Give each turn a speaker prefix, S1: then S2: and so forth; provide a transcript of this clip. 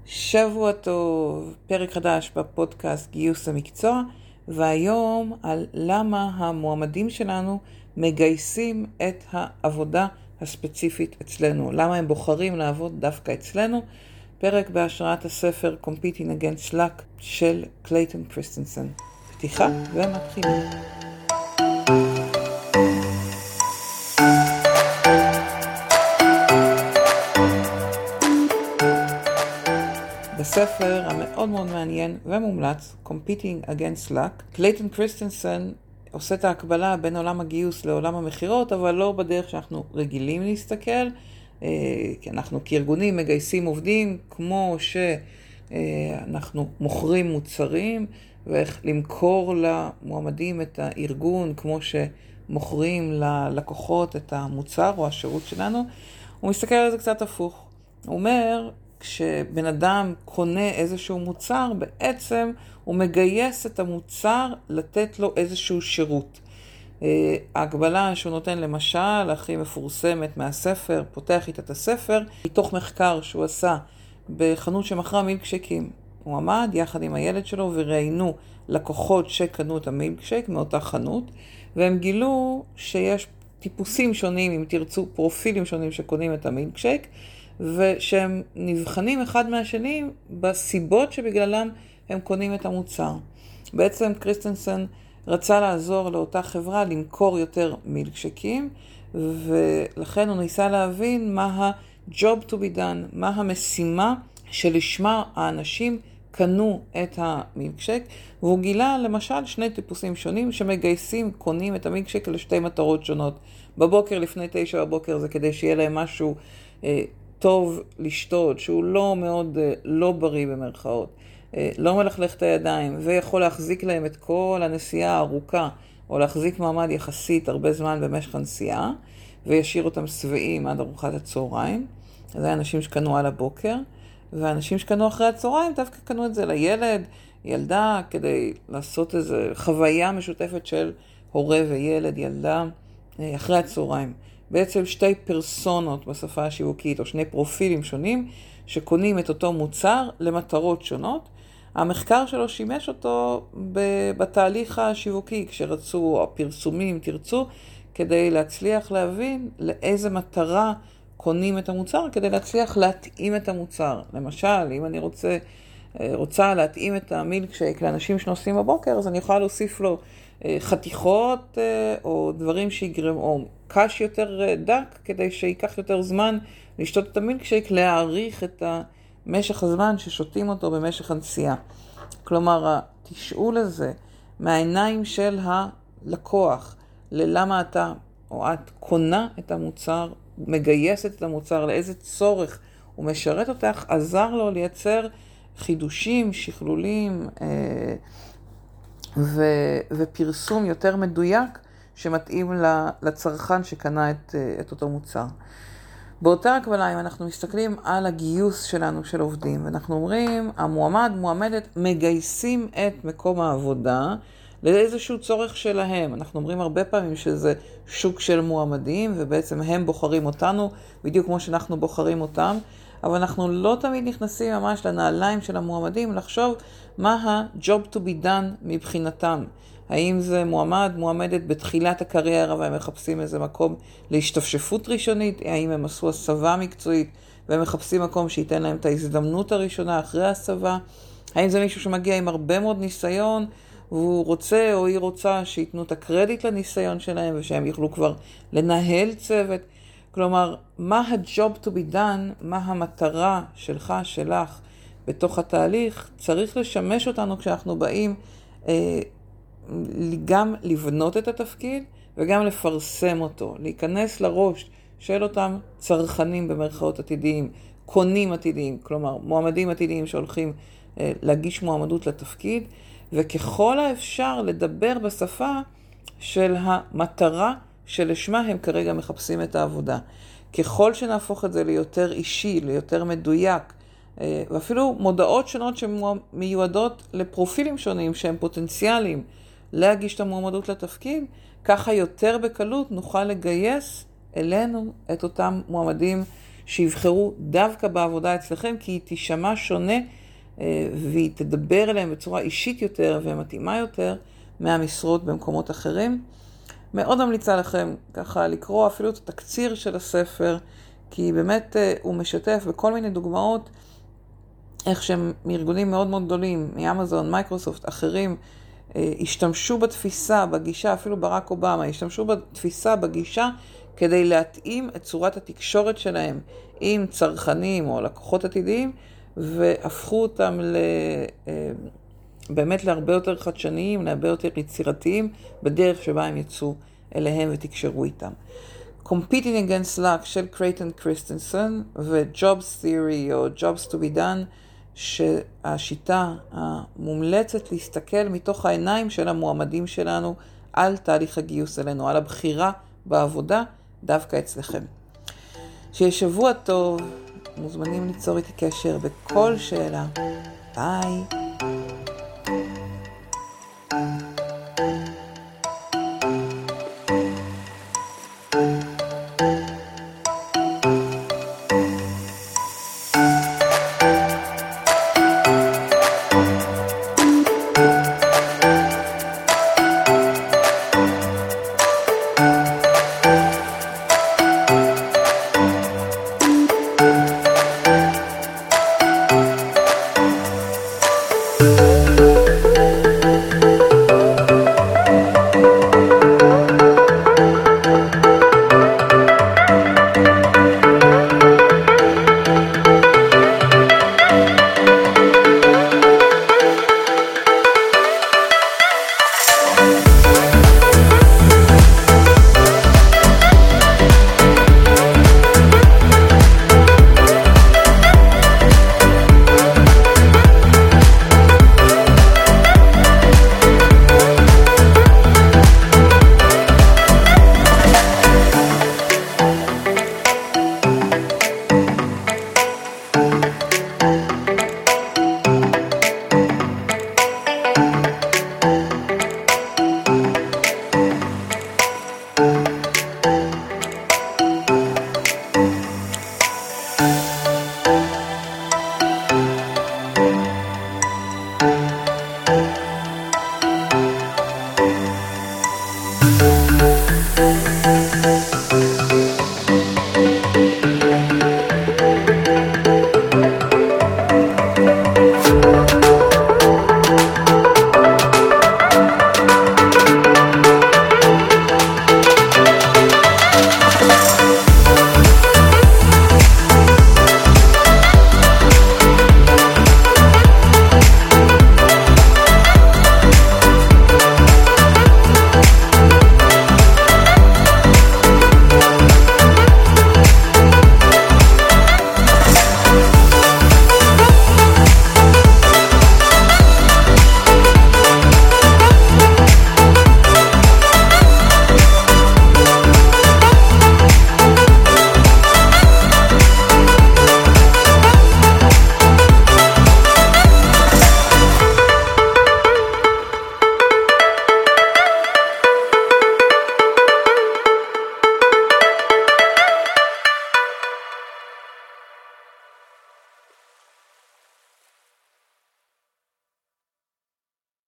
S1: שבוע טוב, פרק חדש בפודקאסט גיוס המקצוע, והיום על למה המועמדים שלנו מגייסים את העבודה הספציפית אצלנו, למה הם בוחרים לעבוד דווקא אצלנו. פרק בהשראת הספר Competing Against Luck של קלייטון קריסטנסן. פתיחה ומתחילים. בספר המאוד מאוד מעניין ומומלץ, Competing Against Luck, קלייטון קריסטנסן עושה את ההקבלה בין עולם הגיוס לעולם המחירות, אבל לא בדרך שאנחנו רגילים להסתכל, כי אנחנו כארגונים מגייסים עובדים כמו שאנחנו מוכרים מוצרים, ואיך למכור למועמדים את הארגון כמו שמוכרים ללקוחות את המוצר או השירות שלנו. הוא מסתכל על זה קצת הפוך. הוא אומר, כשבן אדם קונה איזשהו מוצר, בעצם הוא מגייס את המוצר לתת לו איזשהו שירות. ההקבלה שהוא נותן למשל, הכי מפורסמת מהספר, פותח איתה את הספר, מתוך מחקר שהוא עשה בחנות שמכרה מילקשייקים. הוא עמד יחד עם הילד שלו וראיינו לקוחות שקנו את המילקשייק מאותה חנות, והם גילו שיש טיפוסים שונים, אם תרצו פרופילים שונים שקונים את המילקשייק, ושהם נבחנים אחד מהשני בסיבות שבגללם הם קונים את המוצר. בעצם קריסטנסן רצה לעזור לאותה חברה למכור יותר מילקשייקים, ולכן הוא ניסה להבין מה ה-job to be done, מה המשימה שלשמה האנשים קנו את המילקשייק, והוא גילה למשל שני טיפוסים שונים שמגייסים, קונים את המילקשייק לשתי מטרות שונות. בבוקר לפני 9 בבוקר זה כדי שיהיה להם משהו טוב לשתות, שהוא לא מאוד לא בריא במרכאות, לא מלכלך את הידיים, ויכול להחזיק להם את כל הנסיעה הארוכה, או להחזיק מעמד יחסית הרבה זמן במשך הנסיעה, וישאיר אותם שבעים עד ארוחת הצהריים. זה אנשים שקנו על הבוקר, ואנשים שקנו אחרי הצהריים דווקא קנו את זה לילד, ילדה, כדי לעשות איזו חוויה משותפת של הורה וילד, ילדה, אחרי הצהריים. בעצם שתי פרסונות בשפה השיווקית, או שני פרופילים שונים, שקונים את אותו מוצר למטרות שונות. המחקר שלו שימש אותו בתהליך השיווקי, כשרצו הפרסומים, תרצו, כדי להצליח להבין לאיזה מטרה קונים את המוצר, כדי להצליח להתאים את המוצר. למשל, אם אני רוצה להתאים את המילקשייק לאנשים שנוסעים בבוקר, אז אני יכולה להוסיף לו חתיכות או דברים שיגרמו, או קש יותר דק, כדי שיקח יותר זמן לשתות את המילקשייק, להאריך את משך הזמן ששותים אותו במשך הנסיעה. כלומר, התשאול הזה מהעיניים של הלקוח, ללמה אתה או את קונה את המוצר, מגייסת את המוצר, לאיזה צורך הוא משרת אותך, עזר לו לייצר חידושים, שכלולים ופרסום יותר מדויק שמתאים לצרכן שקנה את אותו מוצר. באותה הקבלה, אם אנחנו מסתכלים על הגיוס שלנו של עובדים, ואנחנו אומרים, המועמד, מועמדת, מגייסים את מקום העבודה לאיזשהו צורך שלהם. אנחנו אומרים הרבה פעמים שזה שוק של מועמדים, ובעצם הם בוחרים אותנו, בדיוק כמו שאנחנו בוחרים אותם, אבל אנחנו לא תמיד נכנסים ממש לנעליים של המועמדים, לחשוב מה ה-job to be done מבחינתם. האם זה מועמדת בתחילת הקריירה והם מחפשים איזה מקום להשתפשפות ראשונית, האם הם עשו הסבה מקצועית והם מחפשים מקום שייתן להם את ההזדמנות הראשונה אחרי הסבה, האם זה מישהו שמגיע עם הרבה מאוד ניסיון והוא רוצה או היא רוצה שיתנו את הקרדיט לניסיון שלהם ושהם יוכלו כבר לנהל צוות. כלומר, מה ה-job to be done, מה המטרה שלך, שלך בתוך התהליך, צריך לשמש אותנו כשאנחנו באים גם לבנות את התפקיד וגם לפרסם אותו, להיכנס לראש של אותם צרכנים במרכאות עתידיים, קונים עתידיים, כלומר מועמדים עתידיים שהולכים להגיש מועמדות לתפקיד, וככל האפשר לדבר בשפה של המטרה שלשמה הם כרגע מחפשים את העבודה. ככל שנהפוך את זה ליותר אישי, ליותר מדויק, ואפילו מודעות שונות שמיועדות לפרופילים שונים שהם פוטנציאליים להגיש את המועמדות לתפקיד, ככה יותר בקלות נוכל לגייס אלינו את אותם מועמדים שיבחרו דווקא בעבודה אצלכם, כי היא תשמע שונה והיא תדבר אליהם בצורה אישית יותר ומתאימה יותר מהמשרות במקומות אחרים. מאוד ממליצה לכם ככה לקרוא אפילו את התקציר של הספר, כי באמת הוא משתף בכל מיני דוגמאות איך שהם מארגונים מאוד מאוד גדולים, מאמזון, מייקרוסופט, אחרים, השתמשו בתפיסה, בגישה, אפילו ברק אובמה, השתמשו בתפיסה, בגישה, כדי להתאים את צורת התקשורת שלהם עם צרכנים או לקוחות עתידיים, והפכו אותם באמת להרבה יותר חדשניים, להרבה יותר יצירתיים, בדרך שבה הם יצאו אליהם ותקשרו איתם. Competing Against Luck של קרייטון קריסטנסון ו-Jobs Theory או Jobs to be Done, שהשיטה המומלצת להסתכל מתוך העיניים של המועמדים שלנו על תהליך הגיוס אלינו, על הבחירה בעבודה דווקא אצלכם. שיהיה שבוע טוב, מוזמנים ליצור איתי קשר בכל שאלה. ביי.
S2: you